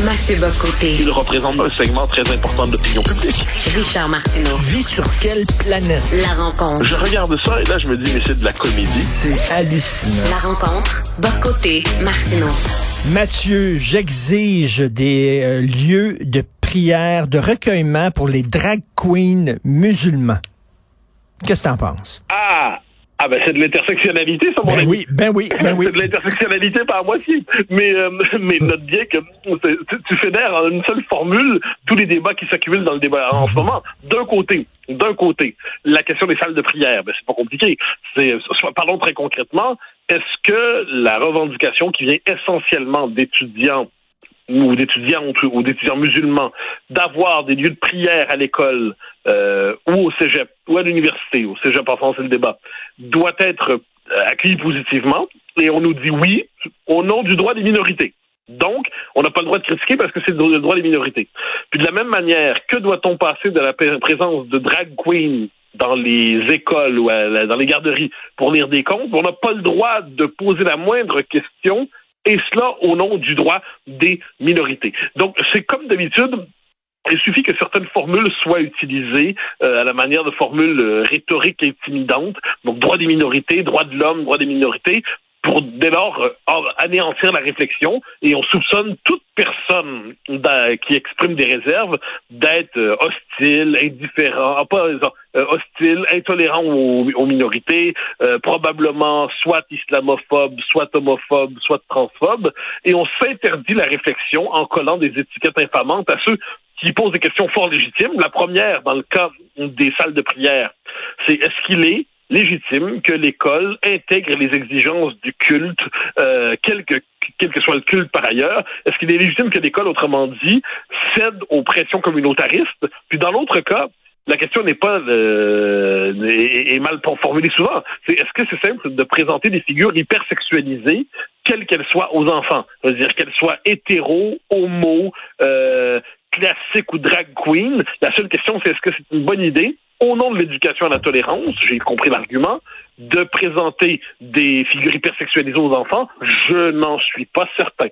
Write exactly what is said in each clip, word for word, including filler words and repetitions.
Mathieu Bock-Côté. Il représente un segment très important de l'opinion publique. Richard Martineau. Tu vis sur quelle planète? La rencontre. Je regarde ça et là, je me dis, mais c'est de la comédie. C'est hallucinant. La rencontre. Bock-Côté. Martineau. Mathieu, j'exige des euh, lieux de prière, de recueillement pour les drag queens musulmans. Qu'est-ce que t'en penses? Ah! Ah ben c'est de l'intersectionnalité, ça, mon ben ami. Oui, ben oui, ben oui. C'est de l'intersectionnalité par moitié. Mais, euh, mais note bien que tu, tu fédères en une seule formule tous les débats qui s'accumulent dans le débat en ce moment. D'un côté, d'un côté, la question des salles de prière, ben c'est pas compliqué. C'est, parlons très concrètement, est-ce que la revendication qui vient essentiellement d'étudiants ou d'étudiantes ou d'étudiants musulmans d'avoir des lieux de prière à l'école euh, ou au cégep ou à l'université, au cégep en France c'est le débat, doit être accueilli positivement, et on nous dit oui au nom du droit des minorités. Donc, on n'a pas le droit de critiquer parce que c'est le droit des minorités. Puis de la même manière, que doit-on passer de la présence de drag queens dans les écoles ou à la, dans les garderies pour lire des contes? On n'a pas le droit de poser la moindre question, et cela au nom du droit des minorités. Donc, c'est comme d'habitude, il suffit que certaines formules soient utilisées euh, à la manière de formules euh, rhétoriques intimidantes, donc droit des minorités, droit de l'homme, droit des minorités, pour dès lors euh, anéantir la réflexion, et on soupçonne toute personne qui exprime des réserves d'être euh, hostile, indifférent, pas euh, hostile, intolérant aux, aux minorités, euh, probablement soit islamophobe, soit homophobe, soit transphobe, et on s'interdit la réflexion en collant des étiquettes infamantes à ceux qui posent des questions fort légitimes. La première, dans le cas des salles de prière, c'est est-ce qu'il est légitime que l'école intègre les exigences du culte, euh, quel que, quel que soit le culte par ailleurs? Est-ce qu'il est légitime que l'école, autrement dit, cède aux pressions communautaristes? Puis dans l'autre cas, la question n'est pas euh, est, est mal formulée souvent. C'est est-ce que c'est simple de présenter des figures hypersexualisées, quelles qu'elles soient, aux enfants? C'est-à-dire qu'elles soient hétéros, homo, euh, classiques ou drag queen. La seule question, c'est est-ce que c'est une bonne idée, au nom de l'éducation à la tolérance, j'ai compris l'argument, de présenter des figures hypersexualisées aux enfants? Je n'en suis pas certain.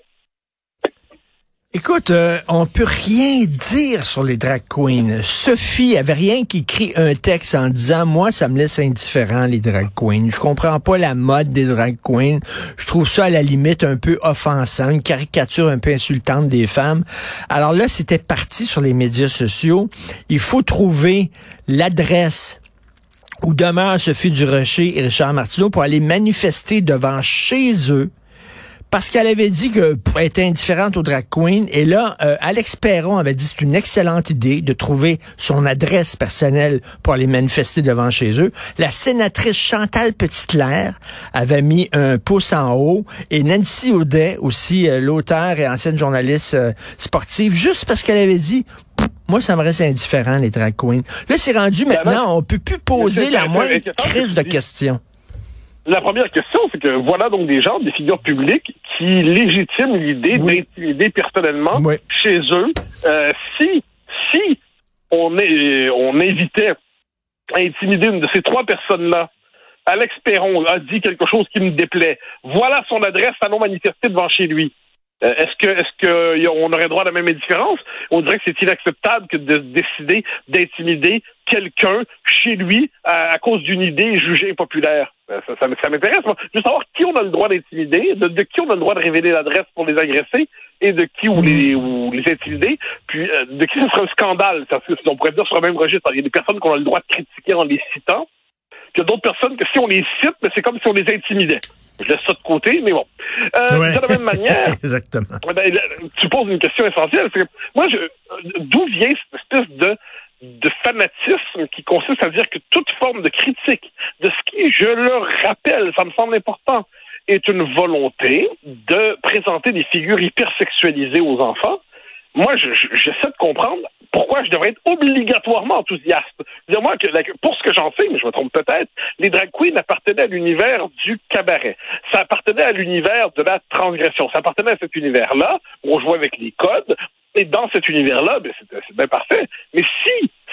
Écoute, euh, on peut rien dire sur les drag queens. Sophie avait rien qui écrit un texte en disant, moi, ça me laisse indifférent, les drag queens. Je comprends pas la mode des drag queens. Je trouve ça, à la limite, un peu offensant, une caricature un peu insultante des femmes. Alors là, c'était parti sur les médias sociaux. Il faut trouver l'adresse où demeure Sophie Durocher et Richard Martineau pour aller manifester devant chez eux, parce qu'elle avait dit qu'elle était indifférente aux drag queens. Et là, euh, Alex Perron avait dit que c'est une excellente idée de trouver son adresse personnelle pour aller manifester devant chez eux. La sénatrice Chantal Petitclerc avait mis un pouce en haut. Et Nancy Audet, aussi euh, l'auteure et ancienne journaliste euh, sportive, juste parce qu'elle avait dit... Moi, ça me reste indifférent, les drag queens. Là, c'est rendu maintenant, on peut plus poser la moindre crise de questions. La première question, c'est que voilà donc des gens, des figures publiques qui légitiment l'idée oui. d'intimider personnellement oui. chez eux. Euh, si si on, est, on invitait à intimider une de ces trois personnes-là, Alex Perron a dit quelque chose qui me déplaît. Voilà son adresse, allons manifester devant chez lui. Euh, est-ce que est-ce que on aurait droit à la même indifférence? On dirait que c'est inacceptable que de décider d'intimider quelqu'un chez lui à, à cause d'une idée jugée impopulaire. Ça, ça, ça m'intéresse, moi. Je veux savoir qui on a le droit d'intimider, de, de qui on a le droit de révéler l'adresse pour les agresser, et de qui ou les, ou les intimider, puis euh, de qui ce serait un scandale. Parce que, on pourrait dire sur le même registre, il y a des personnes qu'on a le droit de critiquer en les citant, puis il y a d'autres personnes que si on les cite, ben, c'est comme si on les intimidait. Je laisse ça de côté, mais bon. Euh, ouais. De la même manière, exactement. Ben, tu poses une question essentielle. C'est que moi, je, d'où vient cette espèce de de fanatisme qui consiste à dire que toute forme de critique de ce qui, je le rappelle, ça me semble important, est une volonté de présenter des figures hypersexualisées aux enfants. Moi, je, je, j'essaie de comprendre pourquoi je devrais être obligatoirement enthousiaste. Dire-moi que, pour ce que j'en sais, mais je me trompe peut-être, les drag queens appartenaient à l'univers du cabaret. Ça appartenait à l'univers de la transgression. Ça appartenait à cet univers-là, où on jouait avec les codes. Et dans cet univers-là, ben c'est, c'est bien parfait. Mais si,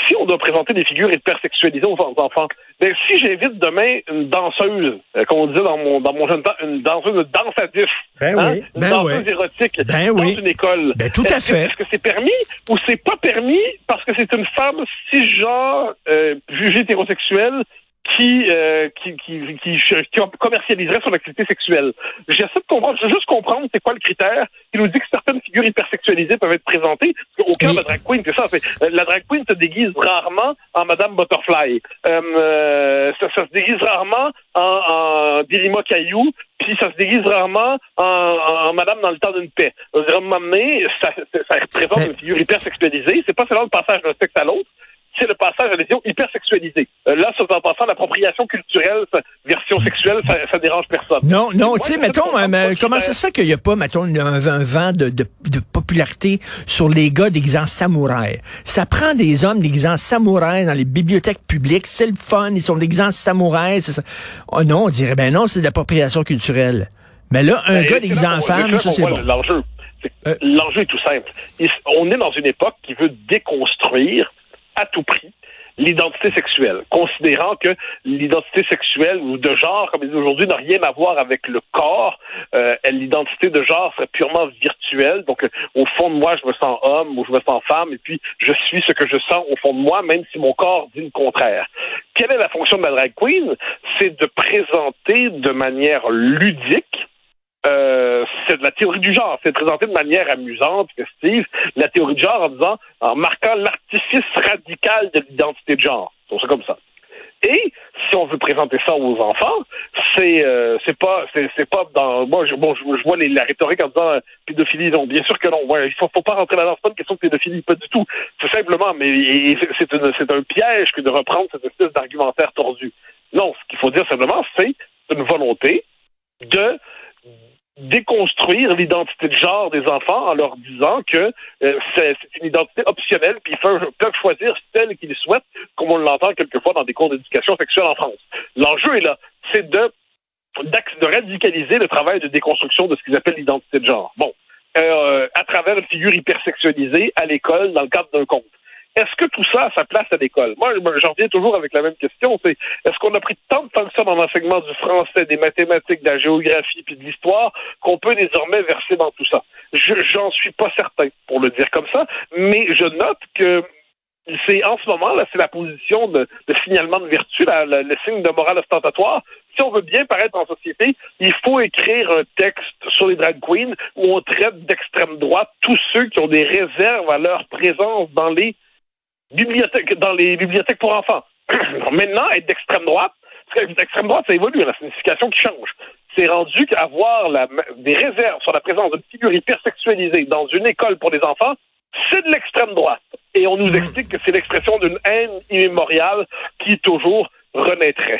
si on doit présenter des figures hypersexualisées aux enfants, ben si j'invite demain une danseuse, euh, comme on disait dans mon dans mon jeune temps, une danseuse de danse à dix, ben hein, oui, une ben danseuse oui. érotique ben dans oui. une école. Ben tout à est-ce fait. Que, est-ce que c'est permis ou c'est pas permis parce que c'est une femme cisgenre euh, jugée hétérosexuelle qui, euh, qui, qui, qui, qui commercialiserait son activité sexuelle. J'essaie de comprendre, je veux juste comprendre c'est quoi le critère qui nous dit que certaines figures hypersexualisées peuvent être présentées. Parce qu'au cœur de la drag queen, c'est ça. C'est, euh, la drag queen se déguise rarement en Madame Butterfly. Euh, euh, ça, ça se déguise rarement en, en Dirima Caillou, puis ça se déguise rarement en, en, en Madame dans le temps d'une paix. Je veux dire, à un moment donné, ça, ça, ça représente Mais... une figure hypersexualisée. C'est pas seulement le passage d'un sexe à l'autre, c'est le passage à l'édition hypersexualisée. Euh, là, ça en passant, l'appropriation culturelle, sa version sexuelle, ça, ça dérange personne. Non, non, tu sais, mettons, euh, mais comment ça se fait qu'il n'y a pas, mettons, un, un vent de, de, de popularité sur les gars déguisés en samouraï? Ça prend des hommes déguisés en samouraï dans les bibliothèques publiques, c'est le fun, ils sont déguisés en samouraï, c'est ça. Oh non, on dirait, ben non, c'est de l'appropriation culturelle. Mais là, un ben, gars déguisé en femme, ça, c'est bon. L'enjeu, c'est, euh, l'enjeu est tout simple. On est dans une époque qui veut déconstruire à tout prix l'identité sexuelle, considérant que l'identité sexuelle ou de genre, comme il dit aujourd'hui, n'a rien à voir avec le corps. Euh, l'identité de genre serait purement virtuelle. Donc, euh, au fond de moi, je me sens homme ou je me sens femme, et puis je suis ce que je sens au fond de moi, même si mon corps dit le contraire. Quelle est la fonction de la drag queen? C'est de présenter de manière ludique. Euh, c'est de la théorie du genre. C'est présenté de manière amusante, festive, la théorie du genre en disant, en marquant l'artifice radical de l'identité de genre. C'est ça comme ça. Et si on veut présenter ça aux enfants, c'est euh, c'est pas c'est, c'est pas dans moi je, bon je, je vois les, la rhétorique en disant euh, pédophilie, non, bien sûr que non. Ouais, il faut, faut pas rentrer là-dedans. C'est pas une question de pédophilie, pas du tout. C'est simplement, mais et, c'est une, c'est un piège que de reprendre cette espèce d'argumentaire tordu. Non, ce qu'il faut dire simplement, c'est une volonté de déconstruire l'identité de genre des enfants en leur disant que euh, c'est, c'est une identité optionnelle, puis ils peuvent, peuvent choisir celle qu'ils souhaitent, comme on l'entend quelquefois dans des cours d'éducation sexuelle en France. L'enjeu est là, c'est de, de radicaliser le travail de déconstruction de ce qu'ils appellent l'identité de genre. Bon, euh, à travers une figure hypersexualisée à l'école dans le cadre d'un conte. Est-ce que tout ça a sa place à l'école? Moi, j'en reviens toujours avec la même question. C'est, est-ce qu'on a pris tant de temps que ça dans l'enseignement du français, des mathématiques, de la géographie puis de l'histoire qu'on peut désormais verser dans tout ça? Je, j'en suis pas certain, pour le dire comme ça, mais je note que c'est en ce moment, là, c'est la position de, de signalement de vertu, la, la, le signe de morale ostentatoire. Si on veut bien paraître en société, il faut écrire un texte sur les drag queens où on traite d'extrême droite tous ceux qui ont des réserves à leur présence dans les bibliothèques, dans les bibliothèques pour enfants. Maintenant, être d'extrême droite, parce que d'extrême droite, ça évolue, la signification qui change. C'est rendu qu'avoir la, des réserves sur la présence d'une figure hypersexualisée dans une école pour les enfants, c'est de l'extrême droite. Et on nous explique que c'est l'expression d'une haine immémoriale qui toujours renaîtrait.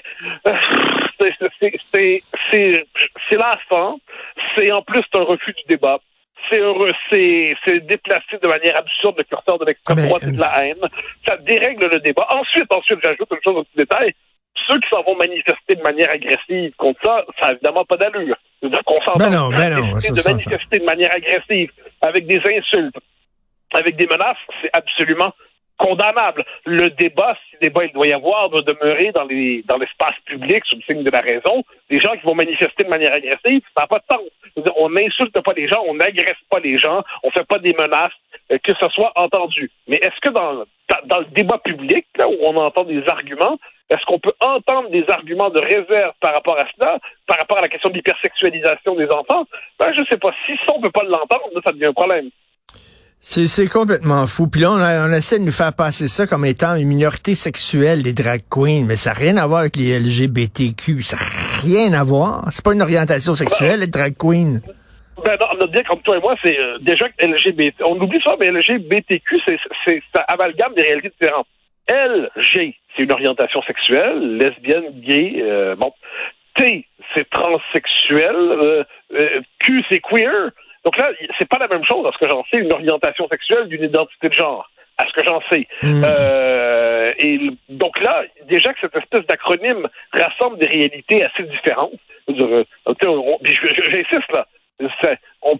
C'est, c'est, c'est, c'est, c'est lassant. C'est en plus un refus du débat. C'est heureux, c'est, c'est déplacer de manière absurde le curseur de l'extrême droite et de la haine. Ça dérègle le débat. Ensuite, ensuite, j'ajoute une chose au petit détail. Ceux qui s'en vont manifester de manière agressive contre ça, ça n'a évidemment pas d'allure. C'est-à-dire qu'on s'entend ben non, ben non, de manifester de manière agressive, avec des insultes, avec des menaces, c'est absolument condamnable. Le débat, si débat il doit y avoir, doit demeurer dans les dans l'espace public sous le signe de la raison. Les gens qui vont manifester de manière agressive, ça n'a pas de sens. C'est-à-dire, on n'insulte pas les gens, on n'agresse pas les gens, on fait pas des menaces, euh, que ça soit entendu. Mais est-ce que dans dans le débat public, là où on entend des arguments, est-ce qu'on peut entendre des arguments de réserve par rapport à cela, par rapport à la question de l'hypersexualisation des enfants? Ben, je sais pas. Si ça, on peut pas l'entendre, là, ça devient un problème. C'est, c'est complètement fou. Puis là, on, a, on essaie de nous faire passer ça comme étant une minorité sexuelle, les drag queens, mais ça n'a rien à voir avec les L G B T Q. Ça n'a rien à voir. C'est pas une orientation sexuelle, les drag queens. Ben non, on a dit comme toi et moi, c'est euh, déjà L G B T. On oublie ça, mais L G B T Q, c'est, c'est, ça amalgame des réalités différentes. L G, c'est une orientation sexuelle, lesbienne, gay, euh, bon. T, c'est transsexuel. Euh, euh, Q, c'est queer. Donc là, c'est pas la même chose à ce que j'en sais, une orientation sexuelle d'une identité de genre, à ce que j'en sais. Mmh. Euh, et donc là, déjà que cette espèce d'acronyme rassemble des réalités assez différentes, je, on, je, je, j'insiste là, c'est, on,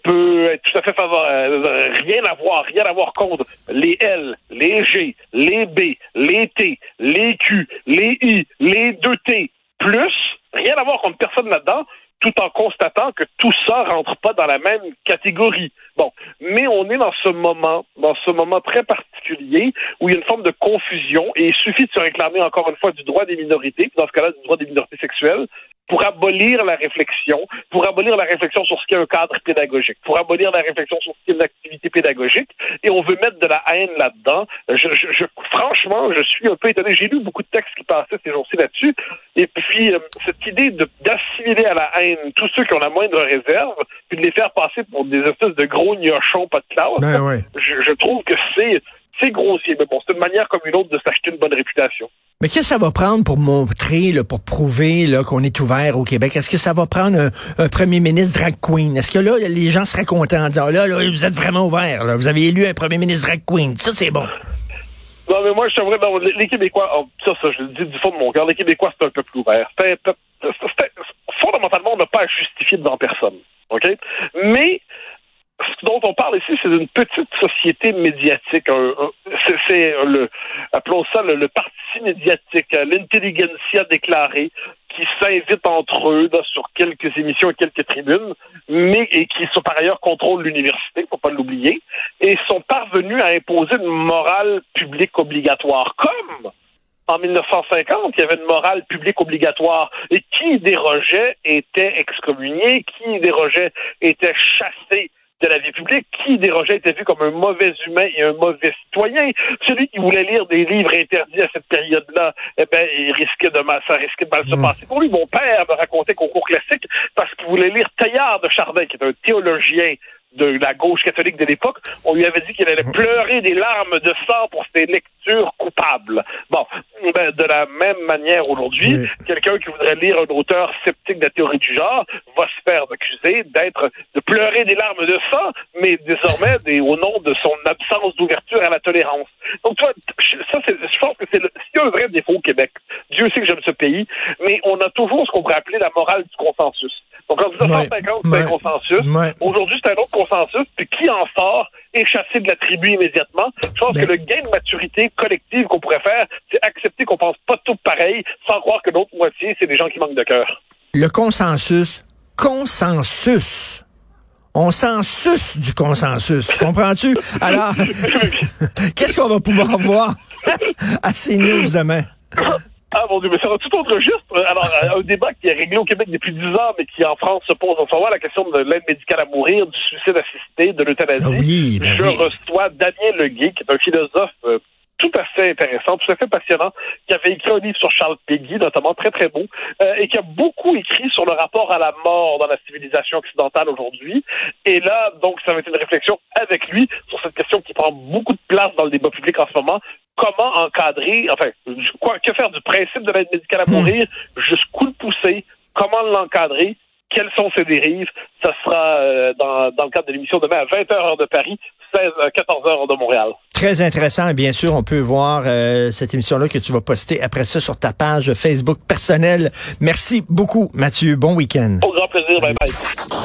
peut être tout à fait favorable, rien à voir, rien à voir contre les L, les G, les B, les T, les Q, les I, les deux T, plus, rien à voir contre personne là-dedans, tout en constatant que tout ça rentre pas dans la même catégorie. Bon, mais on est dans ce moment, dans ce moment très particulier où il y a une forme de confusion et il suffit de se réclamer encore une fois du droit des minorités, puis dans ce cas-là du droit des minorités sexuelles, pour abolir la réflexion, pour abolir la réflexion sur ce qu'est un cadre pédagogique, pour abolir la réflexion sur ce qu'est une activité pédagogique, et on veut mettre de la haine là-dedans. Je, je, je, franchement, je suis un peu étonné. J'ai lu beaucoup de textes qui passaient ces jours-ci là-dessus, et puis euh, cette idée de, d'assimiler à la haine tous ceux qui ont la moindre réserve, puis de les faire passer pour des espèces de gros gnochons pas de classe, ben ouais. je, je trouve que c'est... C'est grossier, mais bon, c'est une manière comme une autre de s'acheter une bonne réputation. Mais qu'est-ce que ça va prendre pour montrer, là, pour prouver là, qu'on est ouvert au Québec? Est-ce que ça va prendre un, un premier ministre drag queen? Est-ce que là, les gens seraient contents en disant, là, là, vous êtes vraiment ouvert, là, vous avez élu un premier ministre drag queen, ça c'est bon. Non, mais moi, je suis vrai, non, les, les Québécois, oh, ça, ça, je le dis du fond de mon cœur, les Québécois, c'est un peu plus ouvert. C'est, c'est, c'est, fondamentalement, on n'a pas à justifier devant personne, OK? Mais... ce dont on parle ici, c'est d'une petite société médiatique. Un, un, c'est, c'est le, appelons ça le, le parti médiatique, l'intelligentsia déclarée, qui s'invite entre eux là, sur quelques émissions et quelques tribunes, mais et qui sont par ailleurs contrôlent l'université, faut pas l'oublier, et sont parvenus à imposer une morale publique obligatoire, comme en dix-neuf cent cinquante, il y avait une morale publique obligatoire, et qui dérogeait était excommunié, qui dérogeait était chassé de la vie publique, qui dérogeait était vu comme un mauvais humain et un mauvais citoyen. Celui qui voulait lire des livres interdits à cette période-là, eh ben, il risquait de mal, ça risquait de mal se passer. Pour lui, mon père me racontait qu'au cours classique, parce qu'il voulait lire Teilhard de Chardin, qui est un théologien de la gauche catholique de l'époque, on lui avait dit qu'il allait pleurer des larmes de sang pour ses lectures coupables. Bon, ben, de la même manière aujourd'hui, oui. Quelqu'un qui voudrait lire un auteur sceptique de la théorie du genre va se faire accuser d'être, de pleurer des larmes de sang, mais désormais des, au nom de son absence d'ouverture à la tolérance. Donc, tu vois, ça, c'est, je pense que c'est le, c'est un vrai défaut au Québec. Dieu sait que j'aime ce pays, mais on a toujours ce qu'on pourrait appeler la morale du consensus. Donc, en dix-neuf cent cinquante, ouais, c'est ouais, un consensus. Ouais. Aujourd'hui, c'est un autre consensus. Puis, qui en sort est chassé de la tribu immédiatement. Je pense ben... que le gain de maturité collective qu'on pourrait faire, c'est accepter qu'on pense pas tout pareil, sans croire que l'autre moitié, c'est des gens qui manquent de cœur. Le consensus. Consensus. On s'en suce du consensus. Comprends-tu? Alors, qu'est-ce qu'on va pouvoir voir à CNews demain? Ah mon Dieu, mais ça va tout autre juste. Alors, un débat qui est réglé au Québec depuis dix ans, mais qui en France se pose en ce moment, la question de l'aide médicale à mourir, du suicide assisté, de l'euthanasie. Ah oui, ben Je oui. reçois Daniel Leguay, qui est un philosophe euh, tout à fait intéressant, tout à fait passionnant, qui avait écrit un livre sur Charles Péguy, notamment très très beau, euh, et qui a beaucoup écrit sur le rapport à la mort dans la civilisation occidentale aujourd'hui. Et là, donc, ça va être une réflexion avec lui sur cette question qui prend beaucoup de place dans le débat public en ce moment. Comment encadrer, enfin, quoi, que faire du principe de l'aide médicale à mourir jusqu'où le pousser, comment l'encadrer, quelles sont ses dérives. Ça sera euh, dans, dans le cadre de l'émission demain à vingt heures heure de Paris, seize à quatorze heures heure de Montréal. Très intéressant. Et bien sûr, on peut voir euh, cette émission-là que tu vas poster après ça sur ta page Facebook personnelle. Merci beaucoup, Mathieu. Bon week-end. Au grand plaisir. Bye bye.